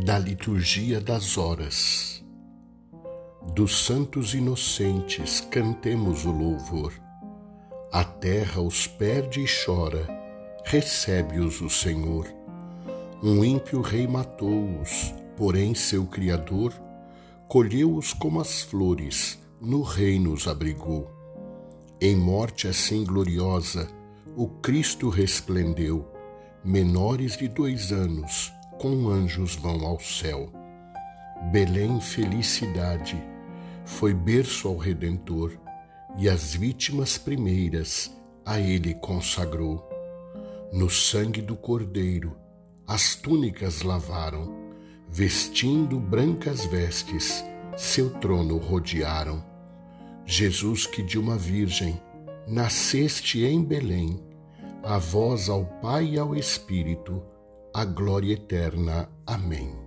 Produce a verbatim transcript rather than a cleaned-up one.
da liturgia das horas. Dos santos inocentes cantemos o louvor. A terra os perde e chora, recebe-os o Senhor. Um ímpio rei matou-os, porém seu Criador colheu-os como as flores, no reino os abrigou. Em morte assim gloriosa, o Cristo resplendeu. Menores de dois anos, com anjos vão ao céu. Belém, felicidade, foi berço ao Redentor, e as vítimas primeiras a ele consagrou. No sangue do Cordeiro, as túnicas lavaram, vestindo brancas vestes, seu trono rodearam. Jesus, que de uma virgem nasceste em Belém, a vós, ao Pai e ao Espírito, a glória eterna. Amém.